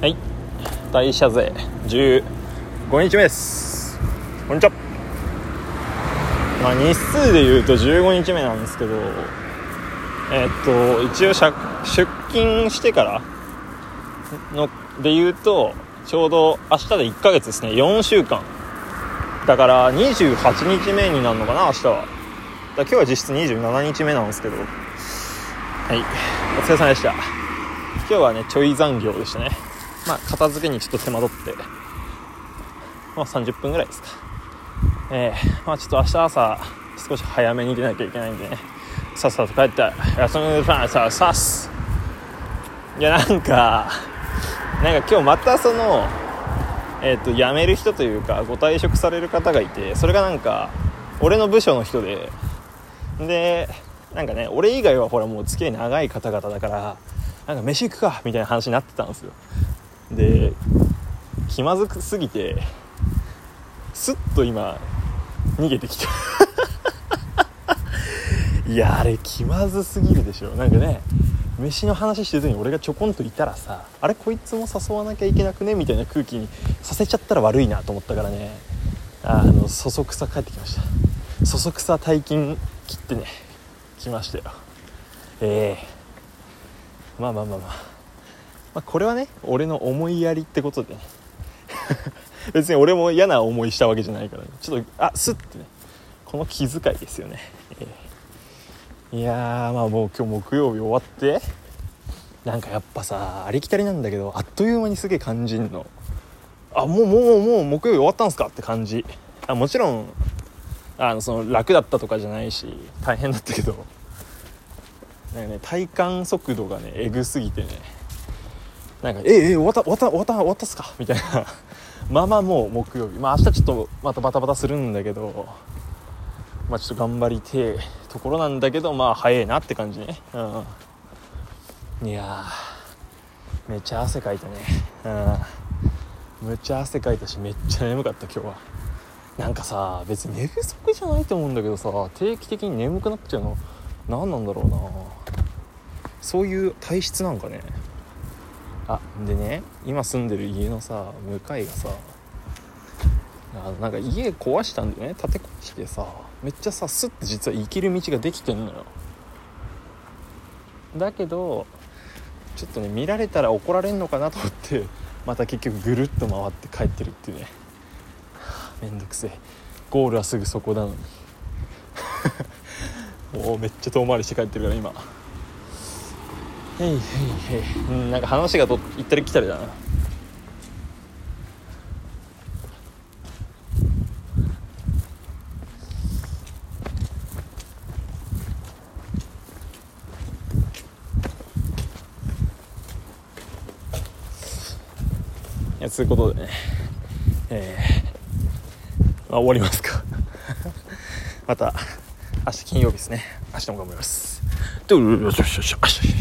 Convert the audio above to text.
はい、大社税15日目です。こんにちは。日数で言うと15日目なんですけど、一応出勤してからので言うとちょうど明日で1ヶ月ですね。4週間だから28日目になるのかな、明日は。今日は実質27日目なんですけど、はい、お疲れ様でした。今日はねちょい残業でしたね。片付けにちょっと手間取って、30分ぐらいですか。ちょっと明日朝少し早めに出なきゃいけないんでね、さっさと帰って休みさっす。いやなんか今日またその辞める人というかご退職される方がいて、それが俺の部署の人で俺以外はほらもう付き合い長い方々だから飯行くかみたいな話になってたんですよ。で気まずくすぎてスッと今逃げてきたいやあれ気まずすぎるでしょ。飯の話してずに俺がちょこんといたらさ、あれこいつも誘わなきゃいけなくねみたいな空気にさせちゃったら悪いなと思ったからね、そそくさ帰ってきました。そそくさ大金切ってね来ましたよ。これはね俺の思いやりってことでね別に俺も嫌な思いしたわけじゃないから、ね、ちょっとスッてねこの気遣いですよね。いやもう今日木曜日終わってやっぱさありきたりなんだけど、あっという間にすげえ感じんの。もう木曜日終わったんすかって感じ。もちろんその楽だったとかじゃないし大変だったけど、体感速度がねエグすぎてね、終わったっすかみたいなもう木曜日、明日ちょっとまたバタバタするんだけど、ちょっと頑張りてえところなんだけど、早いなって感じね。いやめっちゃ汗かいたね。めっちゃ汗かいたしめっちゃ眠かった今日は。さ別に寝不足じゃないと思うんだけどさ、定期的に眠くなっちゃうの何なんだろうな。そういう体質なんかね。でね今住んでる家のさ向かいがさ家壊したんだよね。建て壊してさめっちゃさスッて実は行ける道ができてんのよ。だけどちょっとね見られたら怒られんのかなと思ってまた結局ぐるっと回って帰ってるっていうね。めんどくせえ。ゴールはすぐそこなのにもうめっちゃ遠回りして帰ってるから今。話が行ったり来たりだな。そういうことでね、終わりますかまた明日金曜日ですね。明日も頑張ります。よし。